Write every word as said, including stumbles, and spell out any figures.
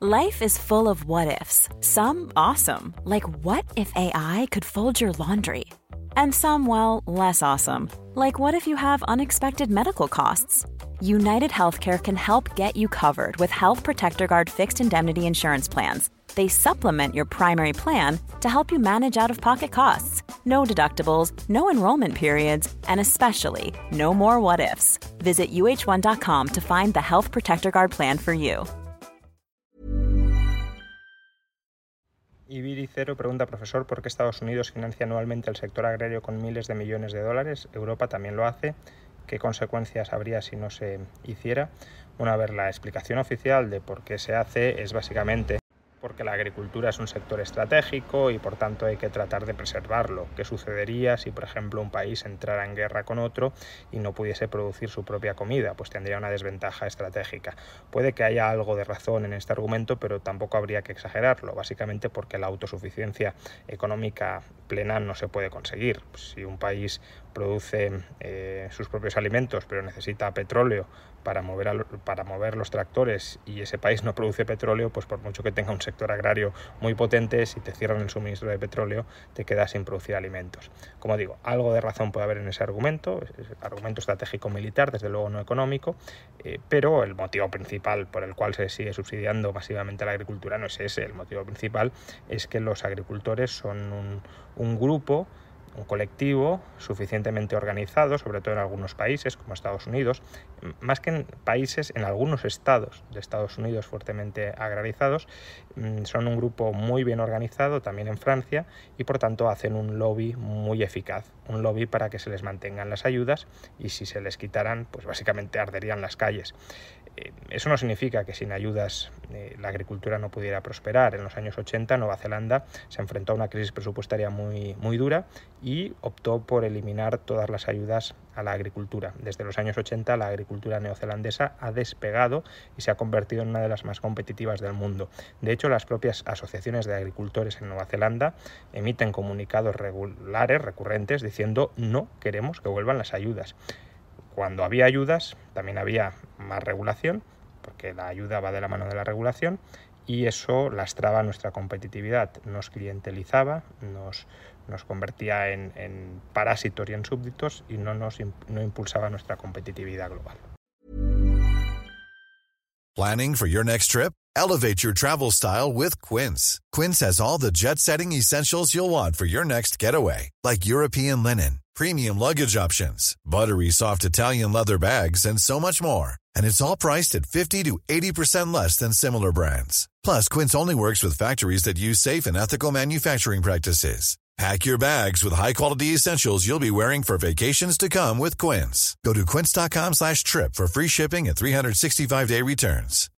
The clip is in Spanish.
Life is full of what-ifs. Some awesome, like what if A I could fold your laundry? And some, well, less awesome, like what if you have unexpected medical costs? United Healthcare can help get you covered with Health Protector Guard fixed indemnity insurance plans. They supplement your primary plan to help you manage out-of-pocket costs. No deductibles, no enrollment periods, and especially no more what-ifs. Visit U H one dot com to find the Health Protector Guard plan for you. Ibiricero pregunta, profesor, ¿por qué Estados Unidos financia anualmente el sector agrario con miles de millones de dólares? Europa también lo hace. ¿Qué consecuencias habría si no se hiciera? Bueno, a ver, la explicación oficial de por qué se hace es básicamente porque la agricultura es un sector estratégico y por tanto hay que tratar de preservarlo. ¿Qué sucedería si, por ejemplo, un país entrara en guerra con otro y no pudiese producir su propia comida? Pues tendría una desventaja estratégica. Puede que haya algo de razón en este argumento, pero tampoco habría que exagerarlo, básicamente porque la autosuficiencia económica plena no se puede conseguir. Si un país produce eh, sus propios alimentos, pero necesita petróleo para mover, a, para mover los tractores y ese país no produce petróleo, pues por mucho que tenga un sector agrario muy potente, si te cierran el suministro de petróleo, te quedas sin producir alimentos. Como digo, algo de razón puede haber en ese argumento, es argumento estratégico militar, desde luego no económico, eh, pero el motivo principal por el cual se sigue subsidiando masivamente la agricultura no es ese. El motivo principal es que los agricultores son un, un grupo, un colectivo suficientemente organizado, sobre todo en algunos países como Estados Unidos, más que en países, en algunos estados de Estados Unidos fuertemente agrarizados, son un grupo muy bien organizado, también en Francia, y por tanto hacen un lobby muy eficaz, un lobby para que se les mantengan las ayudas y si se les quitaran, pues básicamente arderían las calles. Eso no significa que sin ayudas eh, la agricultura no pudiera prosperar. En los años ochenta Nueva Zelanda se enfrentó a una crisis presupuestaria muy, muy dura y optó por eliminar todas las ayudas a la agricultura. Desde los años ochenta la agricultura neozelandesa ha despegado y se ha convertido en una de las más competitivas del mundo. De hecho, las propias asociaciones de agricultores en Nueva Zelanda emiten comunicados regulares, recurrentes, diciendo no queremos que vuelvan las ayudas. Cuando había ayudas, también había más regulación, porque la ayuda va de la mano de la regulación, y eso lastraba nuestra competitividad, nos clientelizaba, nos, nos convertía en, en parásitos y en súbditos y no, nos, no impulsaba nuestra competitividad global. Planning for your next trip? Elevate your travel style with Quince. Quince has all the jet-setting essentials you'll want for your next getaway, like European linen, premium luggage options, buttery soft Italian leather bags, and so much more. And it's all priced at fifty to eighty percent less than similar brands. Plus, Quince only works with factories that use safe and ethical manufacturing practices. Pack your bags with high-quality essentials you'll be wearing for vacations to come with Quince. Go to quince.com slash trip for free shipping and three sixty-five day returns.